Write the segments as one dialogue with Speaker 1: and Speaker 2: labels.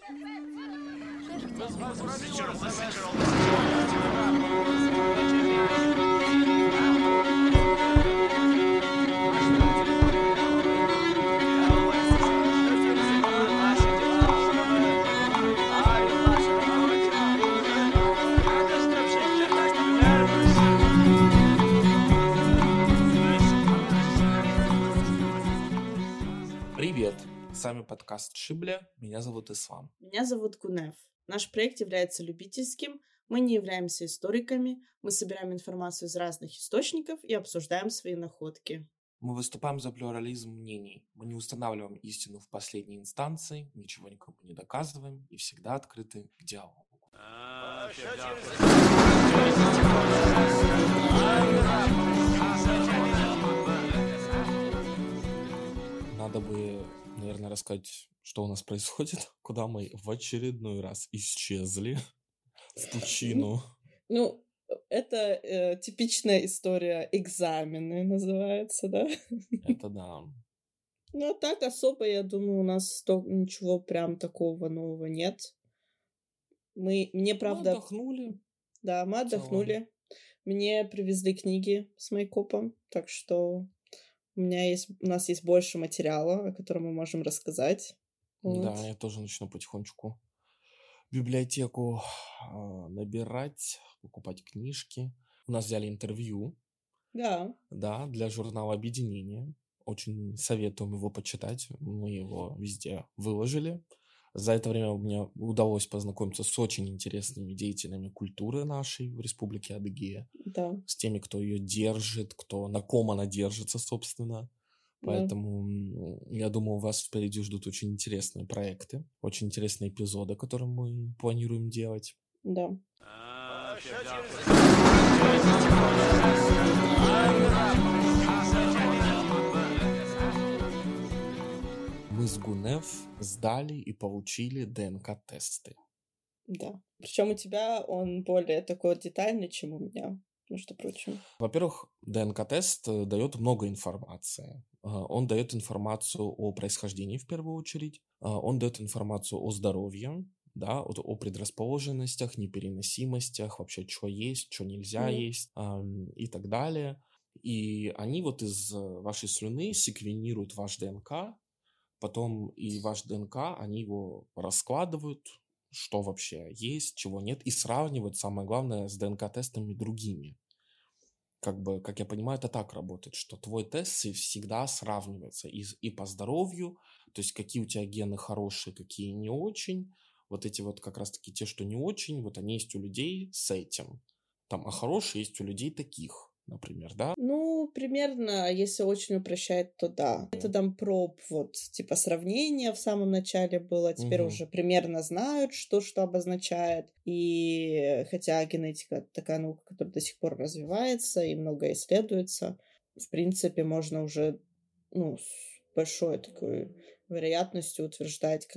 Speaker 1: Привет! С вами подкаст Шибля, меня зовут Ислам.
Speaker 2: Меня зовут Гунев. Наш проект является любительским, мы не являемся историками, мы собираем информацию из разных источников и обсуждаем свои находки.
Speaker 1: Мы выступаем за плюрализм мнений. Мы не устанавливаем истину в последней инстанции, ничего никому не доказываем и всегда открыты к диалогу. Надо бы, наверное, рассказать, что у нас происходит, куда мы в очередной раз исчезли в пучину.
Speaker 2: Это типичная история экзамены называется, да?
Speaker 1: Это да.
Speaker 2: Ну, а так особо, я думаю, у нас ничего прям такого нового нет. Мне, правда...
Speaker 1: Мы отдохнули.
Speaker 2: Да, мы отдохнули. Мне привезли книги с майкопом, так что у нас есть больше материала, о котором мы можем рассказать.
Speaker 1: Да, я тоже начну потихонечку библиотеку набирать, покупать книжки. У нас взяли интервью.
Speaker 2: Да.
Speaker 1: Да, для журнала «Объединение». Очень советуем его почитать. Мы его везде выложили. За это время мне удалось познакомиться с очень интересными деятелями культуры нашей в Республике Адыгея.
Speaker 2: Да.
Speaker 1: С теми, кто ее держит, на ком она держится, собственно. Поэтому, я думаю, вас впереди ждут очень интересные проекты, очень интересные эпизоды, которые мы планируем делать.
Speaker 2: Да.
Speaker 1: Мы с Гунев сдали и получили ДНК-тесты.
Speaker 2: Да. Причем у тебя он более такой детальный, чем у меня, между прочим.
Speaker 1: Во-первых, ДНК-тест дает много информации. Он дает информацию о происхождении в первую очередь. Он дает информацию о здоровье, да, о предрасположенностях, непереносимостях, вообще, что есть, что нельзя есть и так далее. И они вот из вашей слюны секвенируют ваш ДНК, потом и ваш ДНК, они его раскладывают, что вообще есть, чего нет, и сравнивают, самое главное, с ДНК-тестами другими. Как я понимаю, это так работает, что твой тест всегда сравнивается и по здоровью, то есть какие у тебя гены хорошие, какие не очень, вот эти вот как раз-таки те, что не очень, вот они есть у людей с этим, а хорошие есть у людей таких, например, да?
Speaker 2: Ну, примерно, если очень упрощать, то да. Методом проб, типа сравнения в самом начале было, теперь уже примерно знают, что обозначает. И хотя генетика такая наука, которая до сих пор развивается и много исследуется, в принципе, можно уже, с большой такой вероятностью утверждать,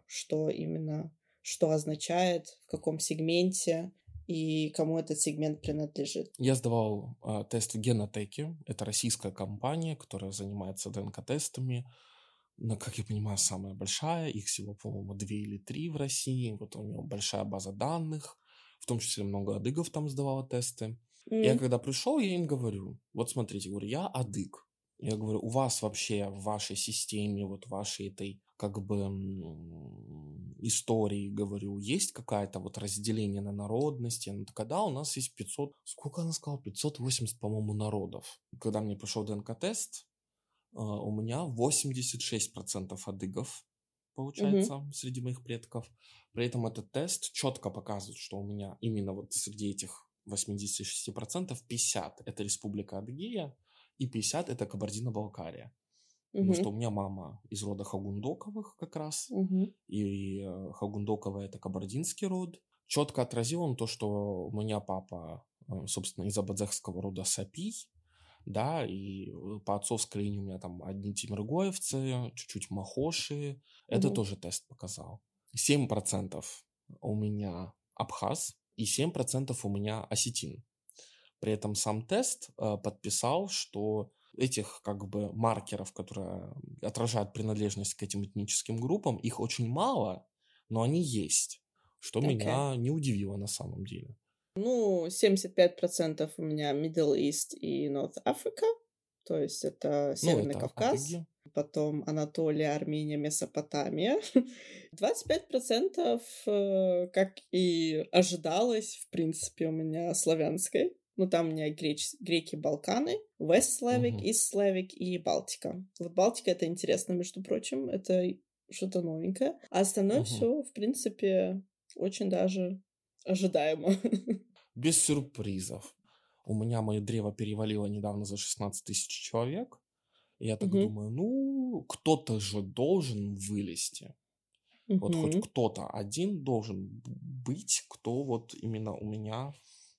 Speaker 2: что означает, в каком сегменте и кому этот сегмент принадлежит.
Speaker 1: Я сдавал тест в Генотеке. Это российская компания, которая занимается ДНК-тестами. Как я понимаю, самая большая. Их всего, по-моему, 2 или 3 в России. Вот у него большая база данных. В том числе много адыгов там сдавало тесты. Я когда пришел, я им говорю, вот смотрите, говорю, я адыг. Я говорю, у вас вообще в вашей системе, вот вашей этой истории, говорю, есть какая-то вот разделение на народности? Она такая, да, у нас есть 500, сколько она сказала? 580, по-моему, народов. Когда мне пришел ДНК-тест, у меня 86% адыгов, получается, среди моих предков. При этом этот тест четко показывает, что у меня именно вот среди этих 86% 50% это Республика Адыгея, и 50% это Кабардино-Балкария. Потому что у меня мама из рода Хагундоковых как раз, и Хагундоковы это кабардинский род. Четко отразил он то, что у меня папа, собственно, из абадзехского рода Сапий, да, и по отцовской линии у меня там одни тимиргоевцы, чуть-чуть махоши. Это тоже тест показал. 7% у меня абхаз, и 7% у меня осетин. При этом сам тест подписал, что этих маркеров, которые отражают принадлежность к этим этническим группам, их очень мало, но они есть, что
Speaker 2: Окей.
Speaker 1: меня не удивило на самом деле.
Speaker 2: Ну, 75% у меня Middle East и North Africa, то есть это
Speaker 1: Ну,
Speaker 2: Северный
Speaker 1: это
Speaker 2: Кавказ,
Speaker 1: адыги.
Speaker 2: потом Анатолия, Армения, Месопотамия. 25%, как и ожидалось, в принципе, у меня славянской. Ну, там у меня греки, Балканы, West Slavic,
Speaker 1: Мгм.
Speaker 2: East Slavic и Балтика. Вот Балтика — это интересно, между прочим, это что-то новенькое. А остальное
Speaker 1: Мгм.
Speaker 2: все, в принципе, очень даже ожидаемо.
Speaker 1: Без сюрпризов. У меня мое древо перевалило недавно за 16 тысяч человек. И я так
Speaker 2: Мгм.
Speaker 1: думаю, ну, кто-то же должен вылезти. Вот хоть
Speaker 2: Мгм.
Speaker 1: кто-то один должен быть, кто вот именно у меня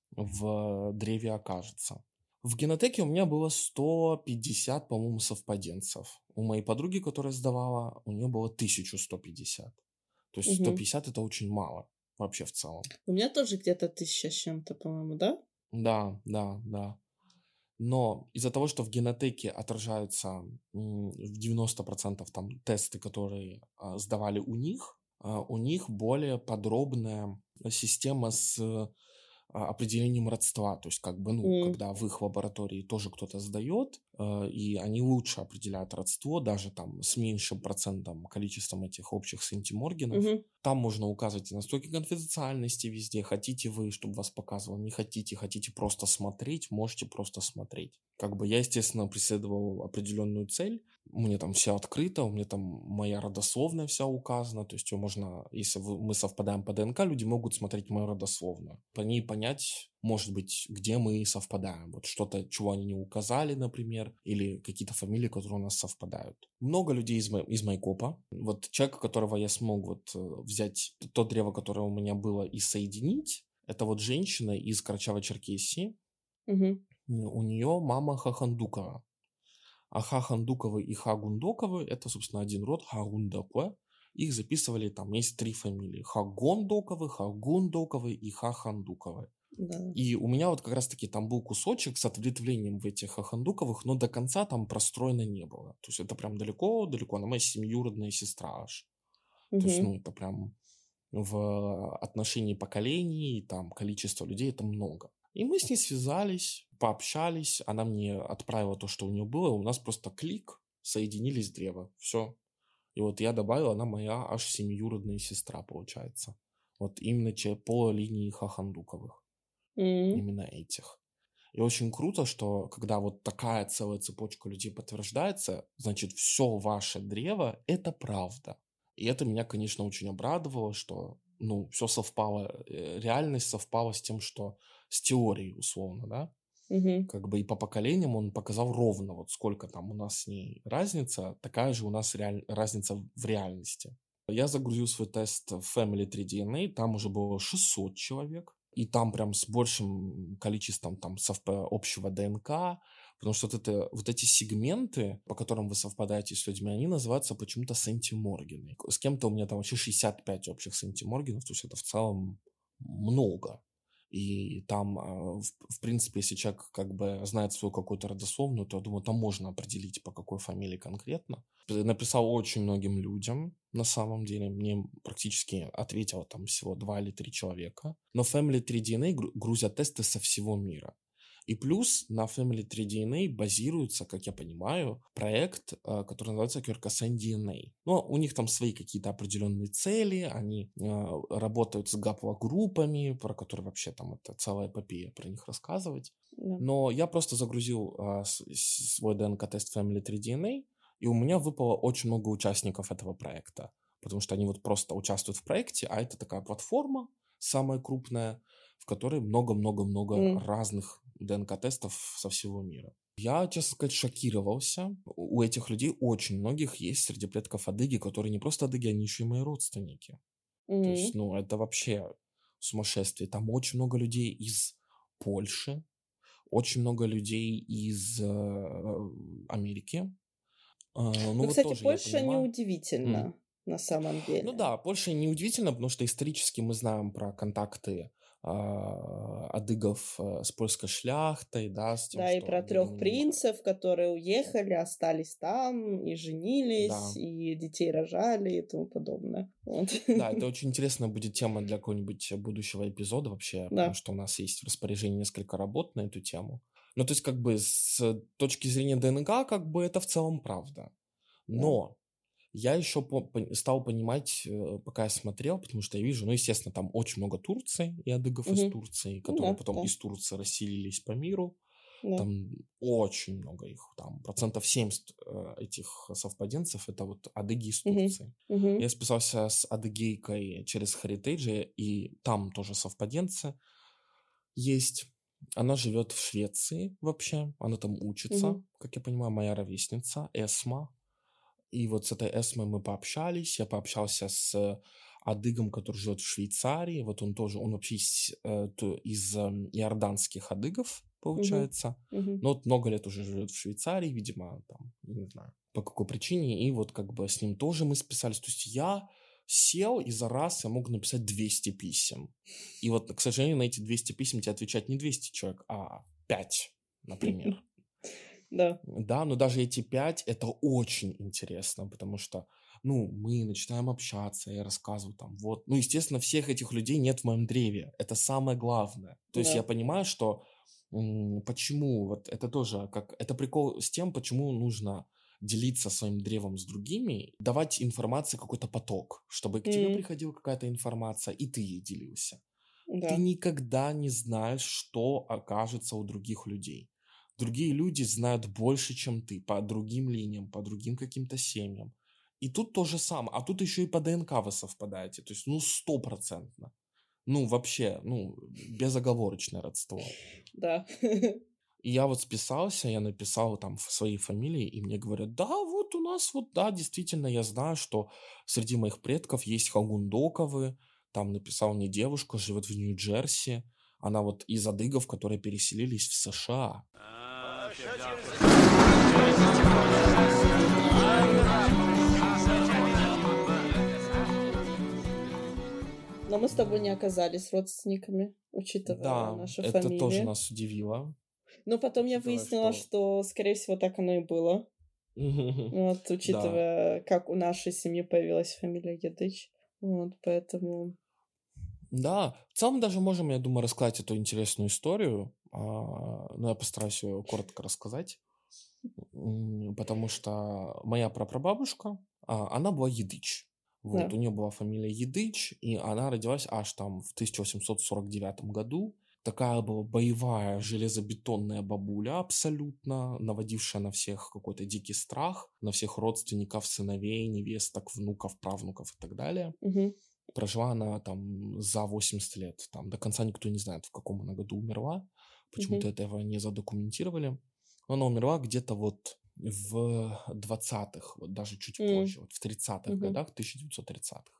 Speaker 1: в древе окажется. В генотеке у меня было 150, по-моему, совпаденцев. У моей подруги, которая сдавала, у нее было 1150. То есть
Speaker 2: Мгм.
Speaker 1: 150 это очень мало вообще в целом.
Speaker 2: У меня тоже где-то 1000 с чем-то, по-моему, да?
Speaker 1: Да, да, да. Но из-за того, что в генотеке отражаются в 90% там тесты, которые сдавали у них более подробная система с определением родства. То есть, как бы, ну,
Speaker 2: М.
Speaker 1: когда в их лаборатории тоже кто-то сдает, и они лучше определяют родство, даже там с меньшим процентом, количеством этих общих синтиморгинов.
Speaker 2: Мгм.
Speaker 1: Там можно указывать и настройки конфиденциальности везде. Хотите вы, чтобы вас показывало, не хотите, хотите просто смотреть, можете просто смотреть. Как бы я, естественно, преследовал определенную цель. Мне там все открыто, у меня там моя родословная вся указана. То есть ее можно, если мы совпадаем по ДНК, люди могут смотреть мою родословную. По ней понять, может быть, где мы совпадаем. Вот что-то, чего они не указали, например, или какие-то фамилии, которые у нас совпадают. Много людей из Майкопа. Вот человека, которого я смог вот взять то древо, которое у меня было, и соединить, это вот женщина из Карачаево-Черкесии.
Speaker 2: Мгм.
Speaker 1: У нее мама Хахандукова. А Хахандуковы и Хагундоковы — это, собственно, один род, Хагундоква. Их записывали, там есть 3 фамилии. Хагондоковы, Хагундоковы и Хахандуковы.
Speaker 2: Да.
Speaker 1: И у меня вот как раз-таки там был кусочек с ответвлением в этих Хахандуковых, но до конца там простроено не было. То есть это прям далеко-далеко. Она моя семиюродная сестра аж. То есть,
Speaker 2: Мгм.
Speaker 1: ну, это прям в отношении поколений, там, количество людей, это много. И мы с ней связались, пообщались, она мне отправила то, что у нее было, у нас просто клик, соединились древо, все. И вот я добавил, она моя аж семиюродная сестра, получается. Вот именно по линии Хахандуковых,
Speaker 2: М.
Speaker 1: именно этих. И очень круто, что когда вот такая целая цепочка людей подтверждается, значит, все ваше древо — это правда. И это меня, конечно, очень обрадовало, что, ну, все совпало, реальность совпала с тем, что с теорией, условно, да.
Speaker 2: Мгм.
Speaker 1: Как бы и по поколениям он показал ровно, вот сколько там у нас с ней разница, такая же у нас разница в реальности. Я загрузил свой тест в Family 3 DNA, там уже было 600 человек, и там прям с большим количеством там общего ДНК, потому что вот эти сегменты, по которым вы совпадаете с людьми, они называются почему-то сентиморгины. С кем-то у меня там вообще 65 общих сентиморгинов, то есть это в целом много. И там, в принципе, если человек как бы знает свою какую-то родословную, то, я думаю, там можно определить, по какой фамилии конкретно. Написал очень многим людям, на самом деле. Мне практически ответило там всего 2 или 3 человека. Но Family 3 DNA грузят тесты со всего мира. И плюс на Family 3 DNA базируется, как я понимаю, проект, который называется Kyrgyzstan DNA. Но у них там свои какие-то определенные цели, они работают с гаплогруппами, про которые вообще там это целая эпопея про них рассказывать.
Speaker 2: Да.
Speaker 1: Но я просто загрузил свой ДНК-тест Family 3 DNA, и у меня выпало очень много участников этого проекта, потому что они вот просто участвуют в проекте, а это такая платформа, самая крупная, в которой много-много-много
Speaker 2: М.
Speaker 1: разных ДНК-тестов со всего мира. Я, честно сказать, шокировался. У этих людей очень многих есть среди предков адыги, которые не просто адыги, они еще и мои родственники. То есть,
Speaker 2: М.
Speaker 1: ну, это вообще сумасшествие. Там очень много людей из Польши, очень много людей из Америки. Ну,
Speaker 2: Ну,
Speaker 1: вот
Speaker 2: кстати,
Speaker 1: тоже я
Speaker 2: Польша
Speaker 1: понимаю.
Speaker 2: неудивительно на самом
Speaker 1: Ну
Speaker 2: деле.
Speaker 1: да, Польша неудивительно, потому что исторически мы знаем про контакты адыгов с польской шляхтой, да, с тем,
Speaker 2: Да, и
Speaker 1: что
Speaker 2: про 3
Speaker 1: адыгами
Speaker 2: принцев, которые уехали, остались там, и женились,
Speaker 1: Да,
Speaker 2: и детей рожали, и тому подобное. Вот.
Speaker 1: да, это очень интересная будет тема для какого-нибудь будущего эпизода вообще, потому
Speaker 2: Да.
Speaker 1: что у нас есть в распоряжении несколько работ на эту тему. Ну, то есть, как бы, с точки зрения ДНК, как бы, это в целом правда.
Speaker 2: Да.
Speaker 1: Но я еще стал понимать, пока я смотрел, потому что я вижу, ну, естественно, там очень много Турции и адыгов из
Speaker 2: Мгм.
Speaker 1: Турции,
Speaker 2: Ну
Speaker 1: которые
Speaker 2: да,
Speaker 1: потом
Speaker 2: да,
Speaker 1: из Турции расселились по миру.
Speaker 2: да.
Speaker 1: Там очень много их, там 70% этих совпаденцев это вот адыги из
Speaker 2: Мгм.
Speaker 1: Турции.
Speaker 2: Мгм.
Speaker 1: Я списался с адыгейкой через Heritage, и там тоже совпаденцы есть. Она живет в Швеции вообще, она там учится,
Speaker 2: Мгм.
Speaker 1: как я понимаю, моя ровесница, Эсма. И вот с этой Эсмой мы пообщались, я пообщался с адыгом, который живет в Швейцарии, вот он тоже, он вообще из иорданских адыгов,
Speaker 2: Мгм.
Speaker 1: получается,
Speaker 2: Мгм.
Speaker 1: но вот много лет уже живет в Швейцарии, видимо, там, не знаю, по какой причине, и вот как бы с ним тоже мы списались, то есть я сел, и за раз я мог написать 200 писем, и вот, к сожалению, на эти 200 писем тебе отвечать не 200 человек, а 5, например.
Speaker 2: Да.
Speaker 1: Да, но даже эти 5 это очень интересно, потому что, ну, мы начинаем общаться, я рассказываю там, вот. Ну, естественно, всех этих людей нет в моем древе. Это самое главное. То есть я
Speaker 2: Да.
Speaker 1: понимаю, что почему, вот это тоже как, это прикол с тем, почему нужно делиться своим древом с другими, давать информации какой-то поток, чтобы к тебе
Speaker 2: М.
Speaker 1: приходила какая-то информация, и ты ей делился. Ты
Speaker 2: Да.
Speaker 1: никогда не знаешь, что окажется у других людей. Другие люди знают больше, чем ты, по другим линиям, по другим каким-то семьям. И тут то же самое. А тут еще и по ДНК вы совпадаете. То есть, ну, 100%. Ну, вообще, ну, безоговорочное родство.
Speaker 2: Да.
Speaker 1: И я вот списался, я написал там в своей фамилии, и мне говорят, да, вот у нас вот, да, действительно, я знаю, что среди моих предков есть Хагундоковы, там написал мне девушка, живет в Нью-Джерси, она вот из адыгов, которые переселились в США.
Speaker 2: Но мы с тобой не оказались родственниками, учитывая
Speaker 1: Да,
Speaker 2: наши
Speaker 1: это тоже
Speaker 2: фамилии.
Speaker 1: нас удивило,
Speaker 2: Но потом я
Speaker 1: учитывая,
Speaker 2: выяснила,
Speaker 1: что...
Speaker 2: что, скорее всего, так оно и было. Вот,
Speaker 1: Да,
Speaker 2: учитывая, как у нашей семьи появилась фамилия Ядыч. Вот, поэтому...
Speaker 1: да, в целом даже можем, я думаю, рассказать эту интересную историю, но я постараюсь ее коротко рассказать. Потому что моя прапрабабушка, она была Едыч. Вот,
Speaker 2: Да.
Speaker 1: у нее была фамилия Едыч, и она родилась аж там в 1849 году. Такая была боевая железобетонная бабуля абсолютно, наводившая на всех какой-то дикий страх, на всех родственников, сыновей, невесток, внуков, правнуков и так далее.
Speaker 2: Мгм.
Speaker 1: Прожила она там за 80 лет. Там до конца никто не знает, в каком она году умерла.
Speaker 2: Мгм.
Speaker 1: Почему-то этого не задокументировали. Но она умерла где-то вот в 20-х, вот даже чуть
Speaker 2: М.
Speaker 1: позже, вот в 30-х
Speaker 2: Мгм.
Speaker 1: годах, 1930-х.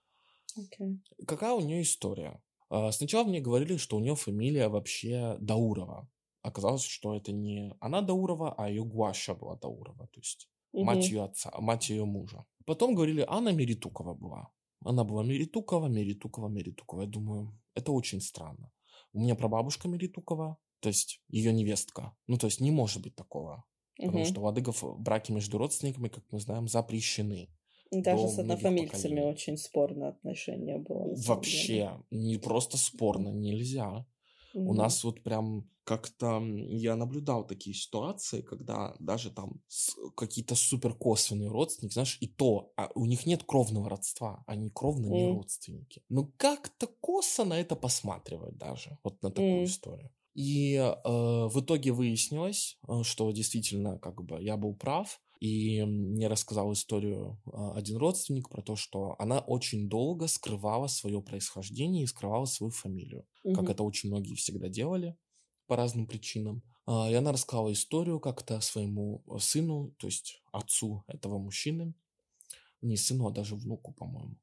Speaker 2: Окей.
Speaker 1: Какая у нее история? Сначала мне говорили, что у нее фамилия вообще Даурова. Оказалось, что это не она Даурова, а ее Гуаща была Даурова, то есть мать
Speaker 2: Мгм.
Speaker 1: ее отца, мать ее мужа. Потом говорили, Анна Меритукова была. Она была Меритукова, Меритукова, Меритукова. Я думаю, это очень странно. У меня прабабушка Меритукова, то есть ее невестка. Ну, то есть не может быть такого. Потому
Speaker 2: Мгм.
Speaker 1: что у адыгов браки между родственниками, как мы знаем, запрещены
Speaker 2: Даже
Speaker 1: до
Speaker 2: с
Speaker 1: многих
Speaker 2: однофамильцами
Speaker 1: поколений.
Speaker 2: очень спорное отношение было, на самом деле.
Speaker 1: Вообще, не просто
Speaker 2: Да.
Speaker 1: спорно, нельзя. У
Speaker 2: Мгм.
Speaker 1: нас вот прям как-то я наблюдал такие ситуации, когда даже там какие-то супер косвенные родственники, знаешь, и то, у них нет кровного родства, они кровно не
Speaker 2: М.
Speaker 1: родственники. Ну как-то косо на это посматривать даже, вот на такую
Speaker 2: М.
Speaker 1: историю. И в итоге выяснилось, что действительно как бы я был прав, и мне рассказал историю один родственник про то, что она очень долго скрывала свое происхождение и скрывала свою фамилию, как
Speaker 2: Мгм.
Speaker 1: это очень многие всегда делали по разным причинам. И она рассказала историю как-то своему сыну, то есть отцу этого мужчины, не сыну, а даже внуку, по-моему,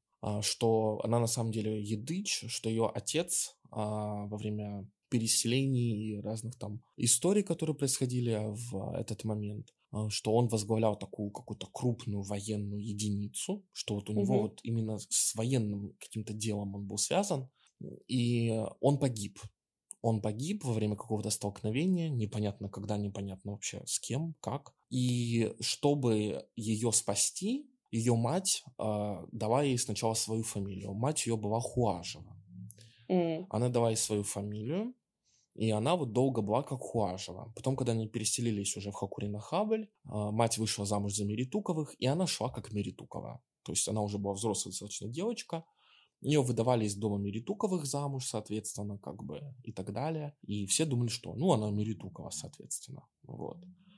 Speaker 1: что она на самом деле едыч, что ее отец во время переселений и разных там историй, которые происходили в этот момент, что он возглавлял такую какую-то крупную военную единицу, что вот у него
Speaker 2: Мгм.
Speaker 1: вот именно с военным каким-то делом он был связан, и он погиб. Он погиб во время какого-то столкновения, непонятно когда, непонятно вообще с кем, как. И чтобы ее спасти, ее мать дала ей сначала свою фамилию. Мать ее была Хуажева. Она дала ей свою фамилию, и она вот долго была как Хуажева. Потом, когда они переселились уже в Хакурина-Хабль, мать вышла замуж за Меритуковых, и она шла как Меритукова. То есть она уже была взрослая достаточно девочка. Ее выдавали из дома Меритуковых замуж, соответственно, как бы, и так далее. И все думали, что, ну, она Меритукова, соответственно. Вот.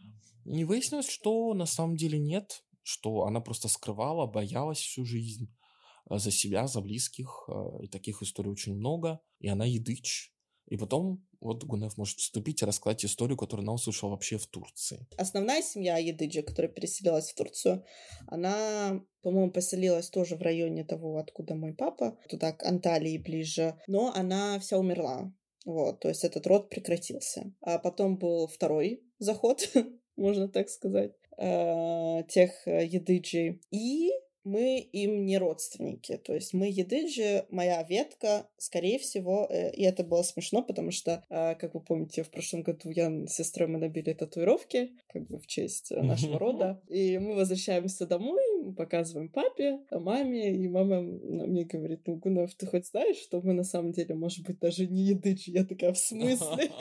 Speaker 1: И выяснилось, что на самом деле нет, что она просто скрывала, боялась всю жизнь за себя, за близких. И таких историй очень много. И она едыч. И потом вот Гунев может вступить и рассказать историю, которую она услышала вообще в Турции.
Speaker 2: Основная семья Едыджи, которая переселилась в Турцию, она, по-моему, поселилась тоже в районе того, откуда мой папа, туда к Анталии ближе, но она вся умерла. Вот, то есть этот род прекратился. А потом был второй заход, можно так сказать, тех Едыджей. И мы им не родственники. То есть мы Едыджи, моя ветка, скорее всего, и это было смешно, потому что, как вы помните, в прошлом году я с сестрой мы набили татуировки, как бы в честь нашего рода. И мы возвращаемся домой, показываем папе, маме, и мама мне говорит: ну, Гунав, ты хоть знаешь, что мы на самом деле, может быть, даже не Едыджи? Я такая: в смысле?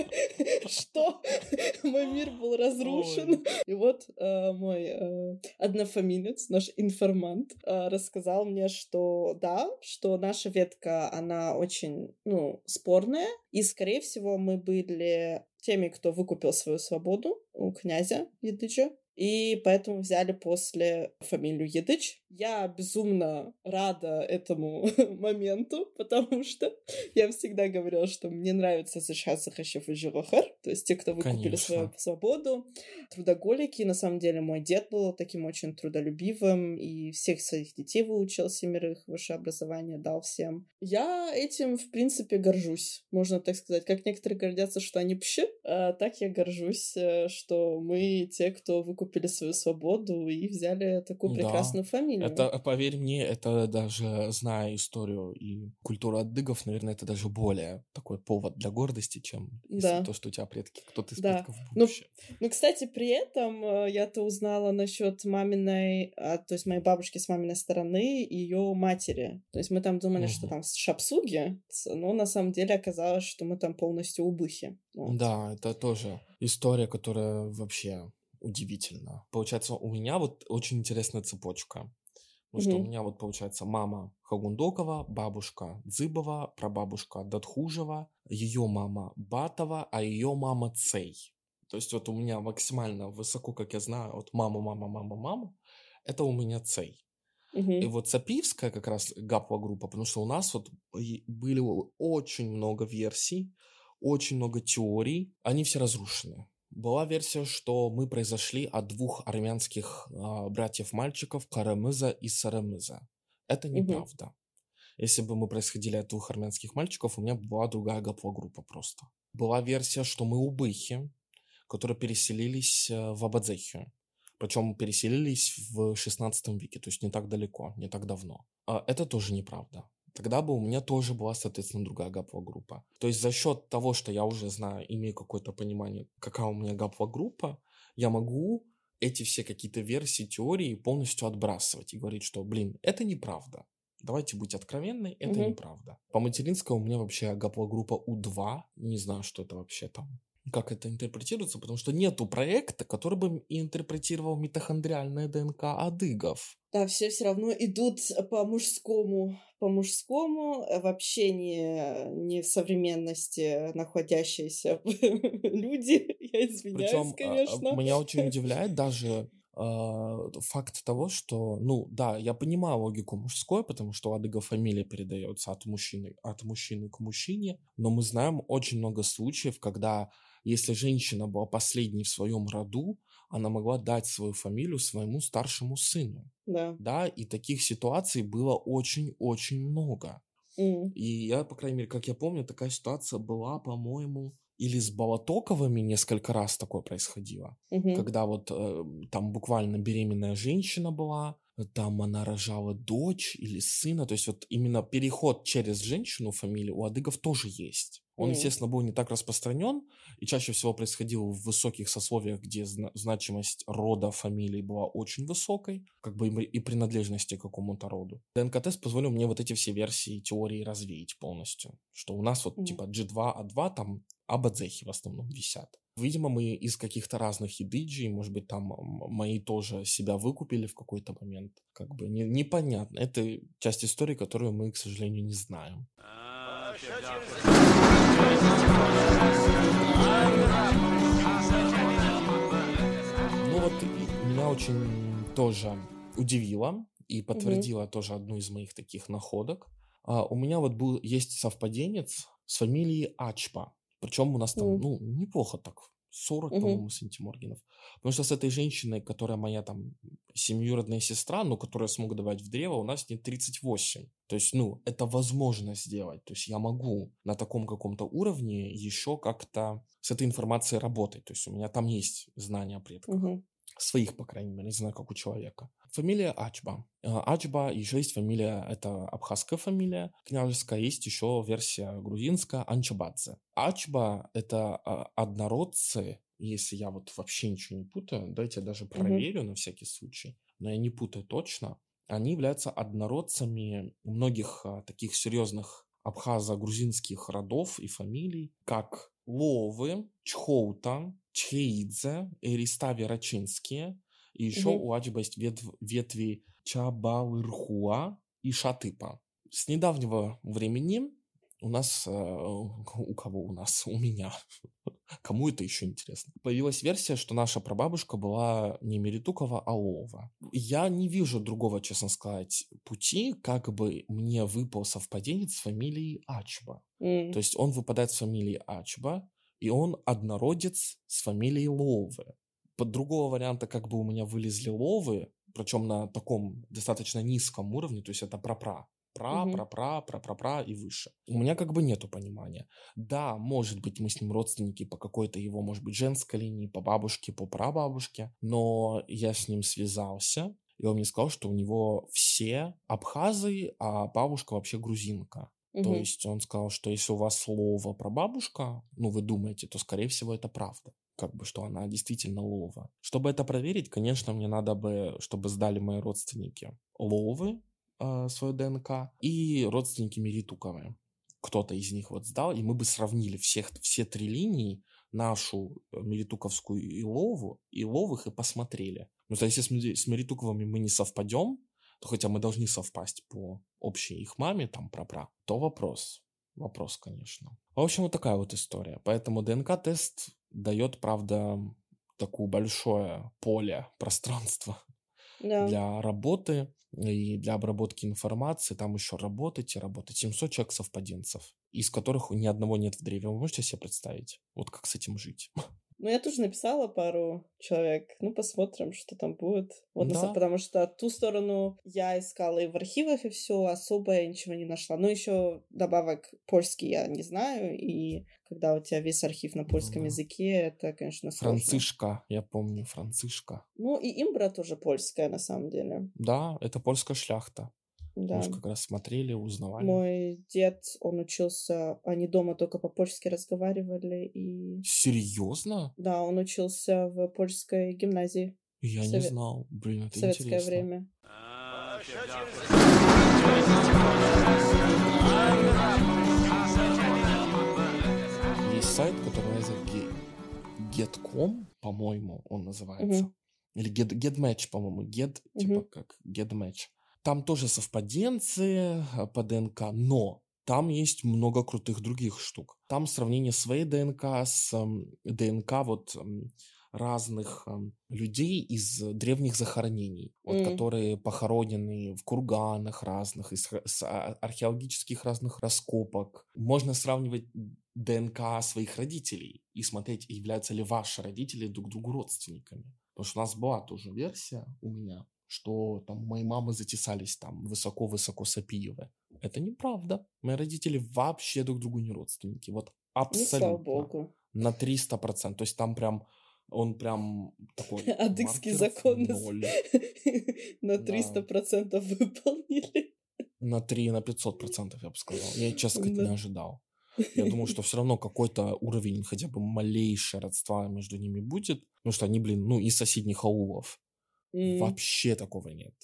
Speaker 2: Что? Мой мир был разрушен. И вот мой однофамилец, наш информант, рассказал мне, что да, что наша ветка, она очень, спорная, и, скорее всего, мы были теми, кто выкупил свою свободу у князя Едыджа, и поэтому взяли после фамилию Едыч. Я безумно рада этому моменту, потому что я всегда говорила, что мне нравится сейчас Захащев и Жирохар, то есть те, кто выкупили свою свободу, трудоголики. На самом деле мой дед был таким очень трудолюбивым и всех своих детей выучил, 7 высшее образование дал всем. Я этим, в принципе, горжусь, можно так сказать. Как некоторые гордятся, что они пщи, так я горжусь, что мы те, кто выкупили свою свободу и взяли такую прекрасную фамилию.
Speaker 1: Это, поверь мне, это даже, зная историю и культуру адыгов, наверное, это даже более такой повод для гордости, чем то, что у тебя предки, кто-то из предков будущее.
Speaker 2: Ну, кстати, при этом я-то узнала насчет маминой, то есть моей бабушки с маминой стороны и ее матери. То есть мы там думали, что там шапсуги, но на самом деле оказалось, что мы там полностью убыхи. Вот.
Speaker 1: Да, это тоже история, которая вообще удивительна. Получается, у меня вот очень интересная цепочка. Потому что у меня вот получается мама Хагундокова, бабушка Дзыбова, прабабушка Датхужева, ее мама Батова, а ее мама Цей. То есть вот у меня максимально высоко, как я знаю, вот мама, это у меня Цей. И вот Цапиевская как раз гаплогруппа, потому что у нас вот были очень много версий, очень много теорий, они все разрушены. Была версия, что мы произошли от 2 армянских братьев-мальчиков Карамыза и Сарамыза. Это неправда. Если бы мы происходили от 2 армянских мальчиков, у меня была другая гаплогруппа просто. Была версия, что мы убыхи, которые переселились в Абадзехию. Причем переселились в 16 веке, то есть не так далеко, не так давно. Это тоже неправда. Тогда бы у меня тоже была, соответственно, другая гаплогруппа. То есть за счет того, что я уже знаю, имею какое-то понимание, какая у меня гаплогруппа, я могу эти все какие-то версии, теории полностью отбрасывать и говорить, что, это неправда. Давайте быть откровенны, это неправда. По материнской у меня вообще гаплогруппа У2, не знаю, что это вообще там. Как это интерпретируется, потому что нету проекта, который бы интерпретировал митохондриальное ДНК адыгов.
Speaker 2: Да, все равно идут по-мужскому, вообще не в современности находящиеся люди, я извиняюсь, конечно.
Speaker 1: Меня очень удивляет даже факт того, что, я понимаю логику мужской, потому что у адыга фамилия передается от мужчины к мужчине, но мы знаем очень много случаев, когда если женщина была последней в своем роду, она могла дать свою фамилию своему старшему сыну. Да, и таких ситуаций было очень-очень много. И я, по крайней мере, как я помню, такая ситуация была, по-моему, или с Болотоковыми несколько раз такое происходило. Когда вот там буквально беременная женщина была, там она рожала дочь или сына. То есть вот именно переход через женщину в фамилию у адыгов тоже есть. Он, естественно, был не так распространен и чаще всего происходил в высоких сословиях, где значимость рода фамилии была очень высокой, как бы и принадлежности к какому-то роду. ДНК-тест позволил мне вот эти все версии теории развеять полностью. Что у нас вот типа G2, A2, там абадзехи в основном висят. Видимо, мы из каких-то разных едыджей, может быть, там мои тоже себя выкупили в какой-то момент. Как бы непонятно. Это часть истории, которую мы, к сожалению, не знаем. Ну вот меня очень тоже удивило и подтвердило тоже одну из моих таких находок. У меня вот есть совпаденец с фамилией Ачпа. Причем у нас там, неплохо так, 40, по-моему, сантиморгинов. Потому что с этой женщиной, которая моя там семиюродная сестра, которую я смог добавить в древо, у нас нет 38. То есть, это возможно сделать. То есть я могу на таком каком-то уровне еще как-то с этой информацией работать. То есть у меня там есть знания о предках. Своих, по крайней мере, не знаю, как у человека. Фамилия Ачба. Ачба, еще есть фамилия, это абхазская фамилия княжеская, есть еще версия грузинская Анчабадзе. Ачба — это однородцы, если я вот вообще ничего не путаю, дайте я даже проверю на всякий случай, но я не путаю точно. Они являются однородцами многих таких серьезных абхазо-грузинских родов и фамилий, как Ловы, Чхоута, Чхеидзе, Эристави Рачинские. И еще у Ачба есть ветви Чабалырхуа и Шатыпа. С недавнего времени у нас, у меня, кому это еще интересно, появилась версия, что наша прабабушка была не Меритукова, а Лова. Я не вижу другого, честно сказать, пути, как бы мне выпал совпаденец с фамилией Ачба. То есть он выпадает с фамилии Ачба, и он однородец с фамилией Ловы. Под другого варианта как бы у меня вылезли Ловы, причем на таком достаточно низком уровне, то есть это пра-пра и выше. У меня как бы нету понимания. Да, может быть, мы с ним родственники по какой-то его, может быть, женской линии, по бабушке, по прабабушке, но я с ним связался, и он мне сказал, что у него все абхазы, а бабушка вообще грузинка. То есть он сказал, что если у вас слово прабабушка, вы думаете, то, скорее всего, это правда. Как бы, что она действительно Лова. Чтобы это проверить, конечно, мне надо бы, чтобы сдали мои родственники Ловы, свою ДНК, и родственники Меритуковые. Кто-то из них вот сдал, и мы бы сравнили все три линии, нашу Меритуковскую и Ловых, и посмотрели. То есть если с Меритуковыми мы не совпадем, то хотя мы должны совпасть по общей их маме, там прапра, то вопрос, конечно. В общем, вот такая вот история. Поэтому ДНК-тест дает, правда, такое большое поле, пространство для работы и для обработки информации. Там еще работать и работать. 700 человек совпаденцев, из которых ни одного нет в древе. Вы можете себе представить? Вот как с этим жить?
Speaker 2: Я тоже написала пару человек. Посмотрим, что там будет. Потому что ту сторону я искала и в архивах, и все, особо я ничего не нашла. Еще добавок польский я не знаю, и когда у тебя весь архив на польском языке, это, конечно, сложно.
Speaker 1: Францишка, я помню, Францишка.
Speaker 2: И имбра тоже польская, на самом деле.
Speaker 1: Да, это польская шляхта.
Speaker 2: Да.
Speaker 1: Мы же как раз смотрели, узнавали.
Speaker 2: Мой дед, он учился, они дома только по-польски разговаривали.
Speaker 1: Серьезно?
Speaker 2: Да, он учился в польской гимназии.
Speaker 1: Я не знал. Блин, это
Speaker 2: советское
Speaker 1: интересно.
Speaker 2: время.
Speaker 1: Есть сайт, который называется Get.com, по-моему, он называется. Или GetMatch, по-моему. Типа как GetMatch. Там тоже совпаденцы по ДНК, но там есть много крутых других штук. Там сравнение своей ДНК с ДНК разных людей из древних захоронений, которые похоронены в курганах разных, с археологических разных раскопок. Можно сравнивать ДНК своих родителей и смотреть, являются ли ваши родители друг другу родственниками. Потому что у нас была тоже версия у меня, что там мои мамы затесались там высоко-высоко Сапиевы. Это неправда. Мои родители вообще друг другу не родственники. Вот абсолютно.
Speaker 2: Слава богу.
Speaker 1: На 300%. То есть там прям Он прям такой
Speaker 2: Адыгский
Speaker 1: маркеров
Speaker 2: закон
Speaker 1: 0.
Speaker 2: на
Speaker 1: Да.
Speaker 2: 300% выполнили.
Speaker 1: На 500%, я бы сказал. Я, честно сказать, не
Speaker 2: Да.
Speaker 1: ожидал. Я думал, что все равно какой-то уровень, хотя бы малейшее родства между ними будет, потому что они, блин, из соседних аулов. Вообще такого нет.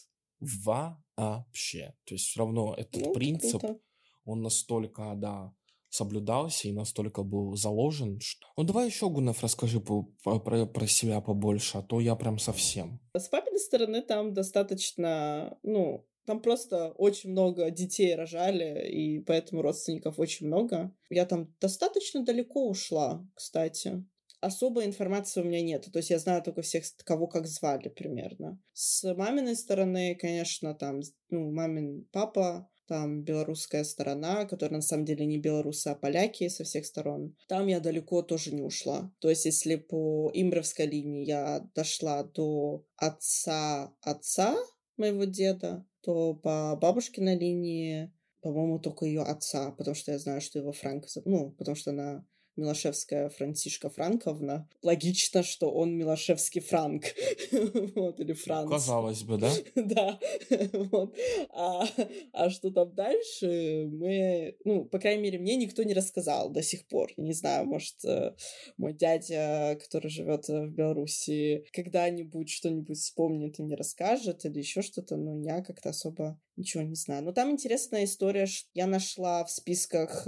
Speaker 1: Вообще. То есть все равно этот
Speaker 2: Ну, это
Speaker 1: принцип,
Speaker 2: круто.
Speaker 1: он настолько, да, соблюдался и настолько был заложен. Ну, давай еще, Гуннеф, расскажи про себя побольше, а то я прям совсем.
Speaker 2: С папиной стороны там достаточно, там просто очень много детей рожали, и поэтому родственников очень много. Я там достаточно далеко ушла, кстати. Особой информации у меня нет. То есть я знаю только всех, кого как звали примерно. С маминой стороны, конечно, там, мамин папа, там белорусская сторона, которая на самом деле не белорусы, а поляки со всех сторон. Там я далеко тоже не ушла. То есть если по имбровской линии я дошла до отца моего деда, то по бабушкиной линии, по-моему, только ее отца, потому что я знаю, что его потому что она Милошевская Франтишка Франковна. Логично, что он Милошевский Франк. Вот, или Франц.
Speaker 1: Казалось бы, да?
Speaker 2: Да, вот. А что там дальше, по крайней мере, мне никто не рассказал до сих пор. Не знаю, может, мой дядя, который живет в Беларуси, когда-нибудь что-нибудь вспомнит и мне расскажет, или еще что-то, но я как-то особо ничего не знаю. Но там интересная история, что я нашла в списках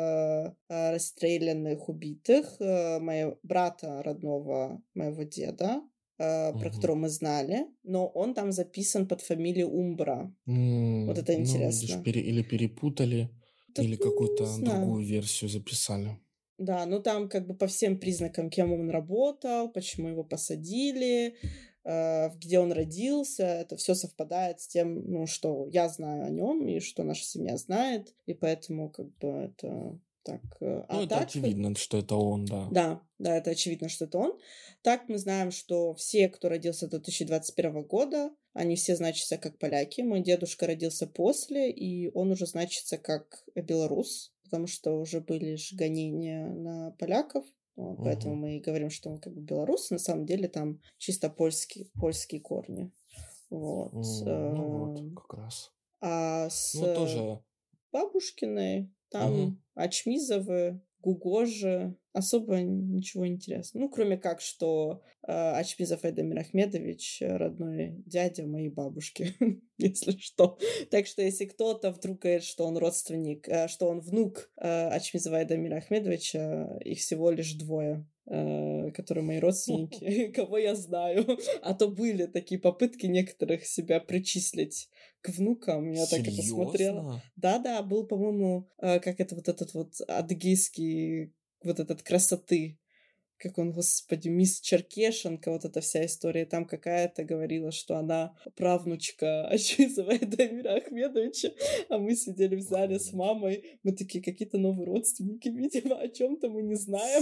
Speaker 2: расстрелянных, убитых моего брата родного, моего деда, про которого мы знали, но он там записан под фамилией Умбра. Вот это
Speaker 1: Ну, видишь,
Speaker 2: интересно.
Speaker 1: или перепутали,
Speaker 2: Так,
Speaker 1: или
Speaker 2: не
Speaker 1: какую-то другую
Speaker 2: знаю.
Speaker 1: версию записали.
Speaker 2: Да, там как бы по всем признакам, кем он работал, почему его посадили, где он родился, это все совпадает с тем, что я знаю о нем и что наша семья знает, и поэтому как бы это так.
Speaker 1: Ну, это очевидно, что это он, да.
Speaker 2: Да, это очевидно, что это он. Так мы знаем, что все, кто родился до 2021 года, они все значатся как поляки. Мой дедушка родился после, и он уже значится как белорус, потому что уже были же гонения на поляков. Вот, поэтому мы и говорим, что он как бы белорус. На самом деле там чисто польские корни. Вот.
Speaker 1: Ну вот, как раз.
Speaker 2: А с
Speaker 1: Ну, тоже.
Speaker 2: бабушкиной там Ачмизовы, Гугожи, особо ничего интересного. Кроме как, что Ачмизов Эдемир Ахмедович родной дядя моей бабушки, если что. Так что, если кто-то вдруг говорит, что он родственник, что он внук Ачмизова Эдемира Ахмедовича, их всего лишь двое, которые мои родственники, кого я знаю. А то были такие попытки некоторых себя причислить к внукам. Я так это смотрела.
Speaker 1: Серьезно?
Speaker 2: Да, был, по-моему, как это вот этот вот адыгейский, вот этот красоты, как он, господи, мисс Черкешенко, вот эта вся история. Там какая-то говорила, что она правнучка Ачизова Эдемира Ахмедовича, а мы сидели в зале с мамой, мы такие какие-то новые родственники, видимо, о чем-то мы не знаем.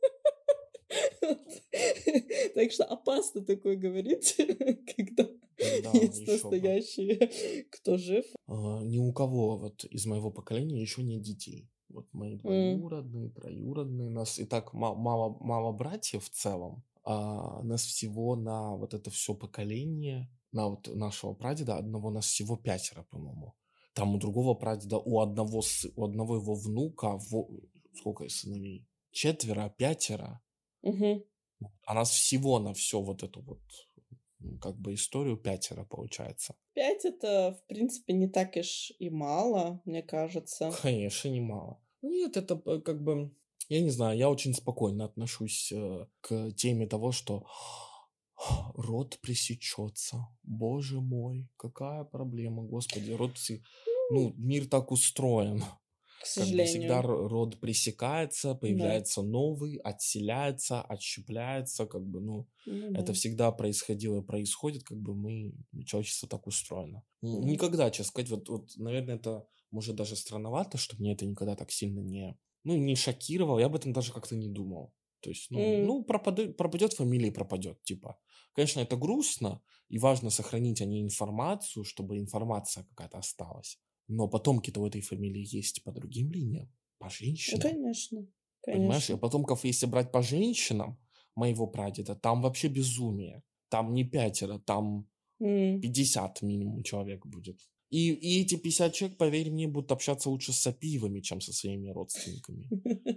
Speaker 2: Так что опасно такое говорить, когда есть настоящие, кто жив.
Speaker 1: Ни у кого вот из моего поколения еще нет детей. Вот мои двоюродные, троюродные, нас и так мало братьев в целом, а нас всего на вот это все поколение, на вот нашего прадеда одного нас всего 5, по-моему. Там у другого прадеда, у одного его внука, сколько сыновей? 4, 5. А нас всего на все вот эту вот как бы историю 5 получается.
Speaker 2: 5 это, в принципе, не так уж и мало, мне кажется.
Speaker 1: Конечно, немало. Нет, это как бы, я не знаю, я очень спокойно отношусь к теме того, что род пресечется. Боже мой, какая проблема, господи, мир так устроен.
Speaker 2: К
Speaker 1: Как бы всегда
Speaker 2: сожалению.
Speaker 1: род пресекается,
Speaker 2: Да.
Speaker 1: появляется новый, отселяется, отщепляется, как бы, это всегда происходило и происходит, как бы человечество так устроено. Никогда, честно сказать, вот, наверное, это может даже странновато, что мне это никогда так сильно не шокировало, я об этом даже как-то не думал. То есть, пропадет фамилия и пропадет, типа. Конечно, это грустно, и важно сохранить о ней информацию, чтобы информация какая-то осталась. Но потомки-то у этой фамилии есть по другим линиям, по женщинам.
Speaker 2: Конечно.
Speaker 1: Понимаешь, и потомков, если брать по женщинам, моего прадеда, там вообще безумие. Там не 5, там 50 минимум человек будет. И эти 50 человек, поверь мне, будут общаться лучше с сопивами, чем со своими родственниками.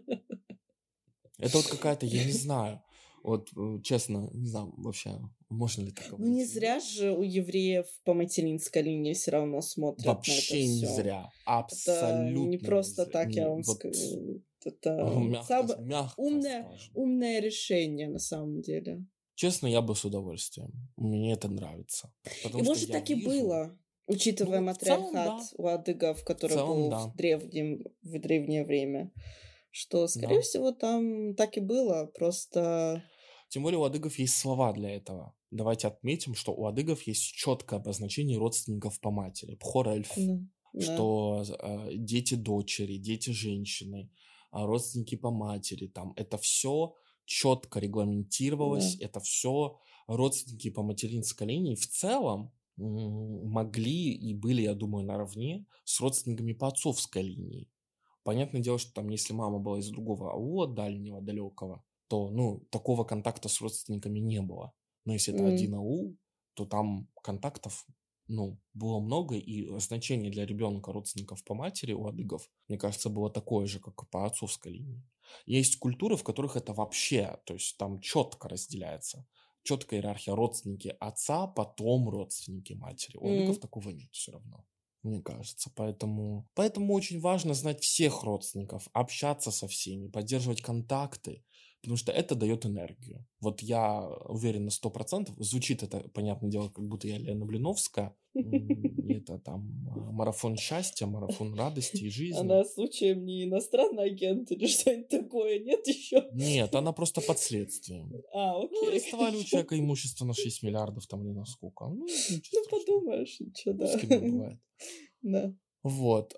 Speaker 1: Это вот какая-то, я не знаю, вот честно, не знаю вообще, можно ли так говорить.
Speaker 2: Не зря же у евреев по материнской линии все равно смотрят
Speaker 1: вообще
Speaker 2: на это
Speaker 1: не
Speaker 2: все.
Speaker 1: зря,
Speaker 2: Это
Speaker 1: абсолютно
Speaker 2: не просто
Speaker 1: зря.
Speaker 2: так, я вам
Speaker 1: Вот,
Speaker 2: скажу. Это
Speaker 1: мягко скажем.
Speaker 2: умное решение на самом деле.
Speaker 1: Честно, я бы с удовольствием. Мне это нравится.
Speaker 2: И может так и было, учитывая матриархат у адыгов, который был в древнее время, что, скорее всего, там так и было, просто...
Speaker 1: Тем более у адыгов есть слова для этого. Давайте отметим, что у адыгов есть четкое обозначение родственников по матери. Пхор-эльф. Что дети дочери, дети женщины, родственники по матери. Там это все четко регламентировалось. Это все родственники по материнской линии в целом могли и были, я думаю, наравне с родственниками по отцовской линии. Понятное дело, что там, если мама была из другого аула, дальнего, далекого, то, такого контакта с родственниками не было. Но если это один аул, то там контактов, было много, и значение для ребенка родственников по матери у адыгов, мне кажется, было такое же, как и по отцовской линии. Есть культуры, в которых это вообще, то есть там четко разделяется. Четкая иерархия: родственники отца, потом родственники матери. У адыгов такого нет все равно, мне кажется. Поэтому очень важно знать всех родственников, общаться со всеми, поддерживать контакты, потому что это дает энергию. Вот я уверен на 100%, звучит это, понятное дело, как будто я Лена Блиновская, это там марафон счастья, марафон радости и жизни.
Speaker 2: Она случаем не иностранный агент или что-нибудь такое, нет еще?
Speaker 1: Нет, она просто под следствием.
Speaker 2: Окей.
Speaker 1: Арестовали у человека имущество на 6 миллиардов там или на сколько.
Speaker 2: Подумаешь, ничего, да.
Speaker 1: С кем бывает.
Speaker 2: Да.
Speaker 1: Вот,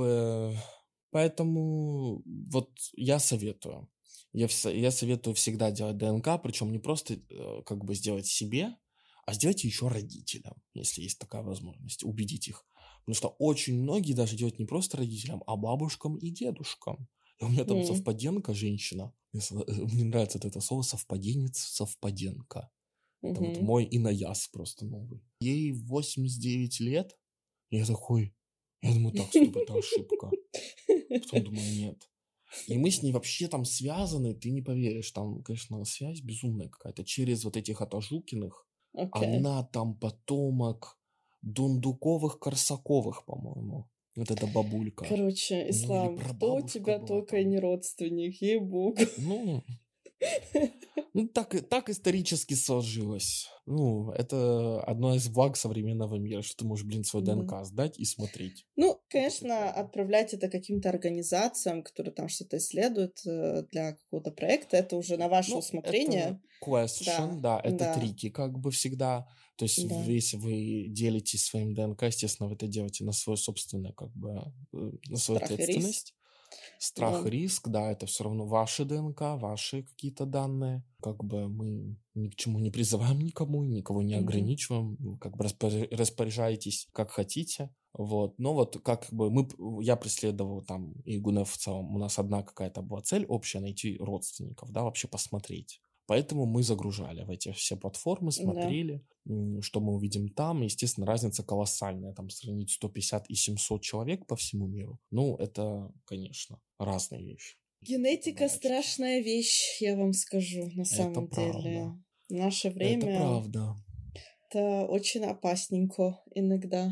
Speaker 1: поэтому вот я советую. Я советую всегда делать ДНК, причем не просто сделать себе, а сделать еще родителям, если есть такая возможность, убедить их. Потому что очень многие даже делают не просто родителям, а бабушкам и дедушкам. И у меня там совпаденка женщина. Мне нравится это слово совпаденка. Это вот мой инояз просто новый. Ей 89 лет. Я думаю, так, стоп, это ошибка. Потом думаю, нет. И мы с ней вообще там связаны, ты не поверишь, там, конечно, связь безумная какая-то. Через вот этих Атажукиных. Она там потомок Дундуковых-Корсаковых, по-моему. Вот эта бабулька.
Speaker 2: Короче, Ислам, кто у тебя только
Speaker 1: там.
Speaker 2: не родственник, ей-богу.
Speaker 1: Так исторически сложилось. Это одно из благ современного мира, что ты можешь, свой ДНК сдать и смотреть.
Speaker 2: Конечно, отправлять это каким-то организациям, которые там что-то исследуют для какого-то проекта, это уже на ваше усмотрение.
Speaker 1: Это question, это трики всегда. То есть, если вы делитесь своим ДНК, естественно, вы это делаете на свою собственную, на свою ответственность. Страх и риск, это все равно ваши ДНК, ваши какие-то данные. Мы ни к чему не призываем никого не ограничиваем. Распоряжаетесь как хотите. Вот. Но я преследовал там, и Гунев в целом, у нас одна какая-то была цель общая — найти родственников, вообще посмотреть. Поэтому мы загружали в эти все платформы, смотрели, что мы увидим там. Естественно, разница колоссальная. Там сравнить 150 и 700 человек по всему миру. Это, конечно, разные вещи.
Speaker 2: Генетика — страшная вещь, я вам скажу, на самом деле. В наше время...
Speaker 1: Это правда.
Speaker 2: Это очень опасненько иногда.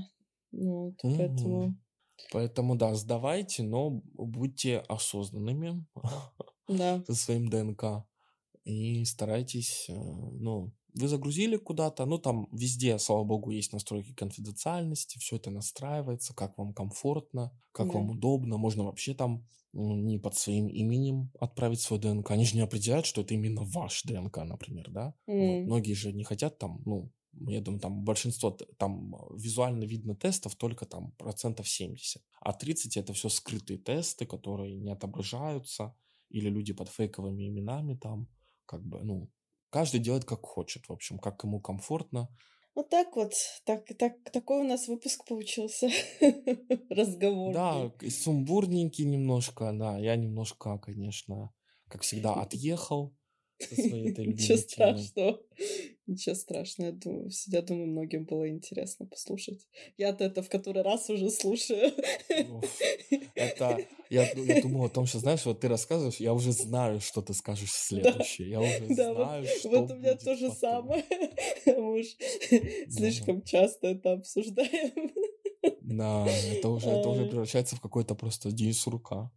Speaker 1: Поэтому, сдавайте, но будьте осознанными со своим ДНК. И старайтесь, вы загрузили куда-то, там везде, слава богу, есть настройки конфиденциальности, все это настраивается, как вам комфортно, как вам удобно. Можно вообще там не под своим именем отправить свой ДНК. Они же не определяют, что это именно ваш ДНК, например, да? Вот. Многие же не хотят там, я думаю, там большинство, там визуально видно тестов только там 70%, а 30% это все скрытые тесты, которые не отображаются, или люди под фейковыми именами там. Каждый делает как хочет, в общем, как ему комфортно.
Speaker 2: Вот так вот. Такой у нас выпуск получился. Разговорный.
Speaker 1: Да, сумбурненький немножко, да. Я немножко, конечно, как всегда, отъехал. со своей этой
Speaker 2: Ничего
Speaker 1: любимой темой.
Speaker 2: страшного. Ничего страшного. Я думаю, многим было интересно послушать. Я-то это в который раз уже слушаю.
Speaker 1: Это... Я думал о том, что, знаешь, вот ты рассказываешь, я уже знаю, что ты скажешь следующее. Я уже знаю, что
Speaker 2: вот у меня
Speaker 1: будет
Speaker 2: то же
Speaker 1: потом.
Speaker 2: самое. Мы уж слишком часто это обсуждаем.
Speaker 1: Да, это уже превращается в какой-то просто день сурка.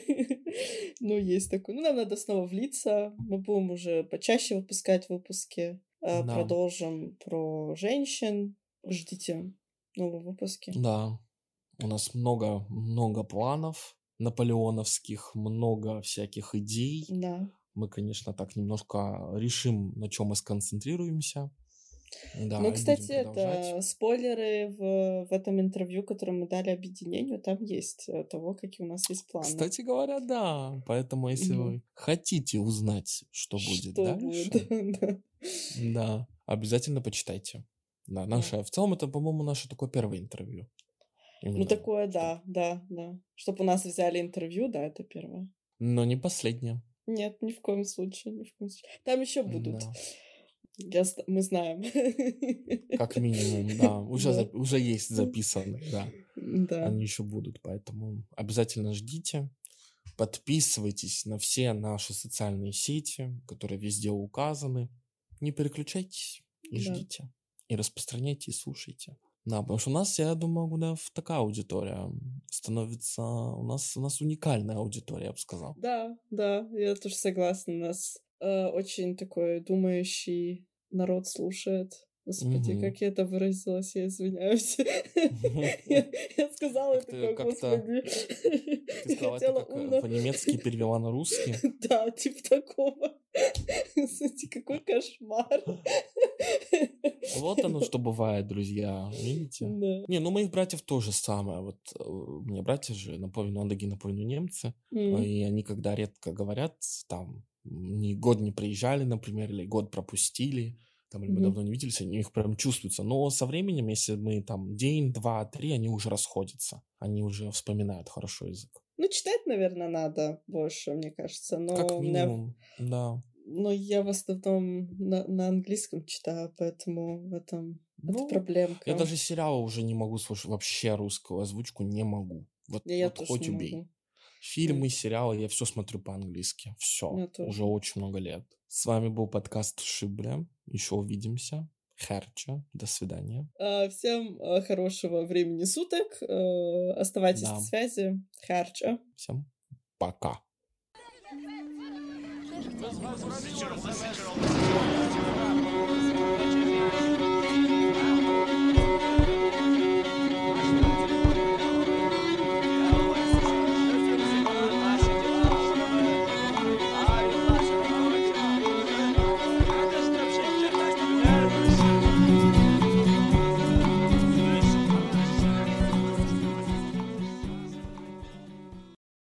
Speaker 2: Ну, есть такой. Ну, нам надо снова влиться. Мы будем уже почаще выпускать выпуски. Продолжим про женщин. Ждите новые выпуски.
Speaker 1: Да. У нас много планов наполеоновских, много всяких идей.
Speaker 2: Да.
Speaker 1: Мы, конечно, так немножко решим, на чем мы сконцентрируемся. Да,
Speaker 2: ну,
Speaker 1: и
Speaker 2: кстати,
Speaker 1: будем продолжать.
Speaker 2: это спойлеры в этом интервью, которое мы дали объединению, там есть того, какие у нас есть планы.
Speaker 1: Кстати говоря, да. Поэтому, если вы хотите узнать, что будет дальше, да, обязательно почитайте. Да, в целом, это, по-моему, наше такое первое интервью.
Speaker 2: Именно, ну, такое, да. Чтобы у нас взяли интервью, да, это первое.
Speaker 1: Но не последнее.
Speaker 2: Нет, ни в коем случае. Там еще будут. Да. Мы знаем.
Speaker 1: Как минимум, да. Уже есть записанные, да.
Speaker 2: Да.
Speaker 1: Они еще будут, поэтому обязательно ждите. Подписывайтесь на все наши социальные сети, которые везде указаны. Не переключайтесь и ждите. И распространяйте, и слушайте. Да, потому что у нас, я думаю, такая аудитория становится... У нас уникальная аудитория, я бы сказал.
Speaker 2: Да, я тоже согласна. У нас очень такой думающий народ слушает. Господи, как я это выразилась, я извиняюсь. Я сказала такое, господи.
Speaker 1: Ты сказала это как по-немецки, перевела на русский?
Speaker 2: Да, типа такого. Кстати, какой кошмар.
Speaker 1: Вот оно, что бывает, друзья. Видите?
Speaker 2: Да.
Speaker 1: Не, ну моих братьев тоже самое. Вот у меня братья же наполовину андаги, наполовину немцы. И они когда редко говорят, там, год не приезжали, например, или год пропустили, там, или мы давно не виделись, они их прям чувствуются. Но со временем, если мы там день, два, три, они уже расходятся. Они уже вспоминают хорошо язык.
Speaker 2: Ну, читать, наверное, надо больше, мне кажется. Но
Speaker 1: как минимум, да.
Speaker 2: Но я в основном на английском читаю, поэтому в этом это проблемка.
Speaker 1: Я даже сериалы уже не могу слушать, вообще русскую озвучку не могу. Вот хоть убей. Могу. Фильмы, сериалы, я все смотрю по-английски. Все, уже очень много лет. С вами был подкаст Шибля. Еще увидимся. Херча. До свидания.
Speaker 2: Всем хорошего времени суток. Оставайтесь на связи. Херча.
Speaker 1: Всем пока.
Speaker 3: This was